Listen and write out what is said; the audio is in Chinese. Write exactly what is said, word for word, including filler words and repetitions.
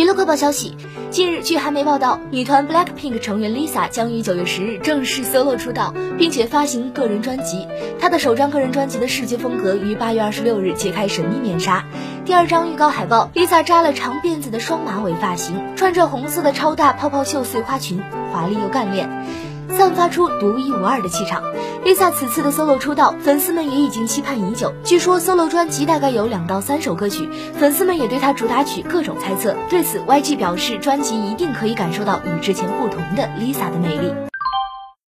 娱乐快报消息，近日据韩媒报道，女团 BLACKPINK 成员 Lisa 将于九月十日正式 solo 出道，并且发行个人专辑。她的首张个人专辑的视觉风格于八月二十六日揭开神秘面纱。第二张预告海报 ，Lisa 扎了长辫子的双马尾发型，穿着红色的超大泡泡袖碎花裙，华丽又干练，散发出独一无二的气场。Lisa 此次的 solo 出道，粉丝们也已经期盼已久。据说 solo 专辑大概有两到三首歌曲，粉丝们也对她主打曲各种猜测。对此 ，Y G 表示，专辑一定可以感受到与之前不同的 Lisa 的魅力。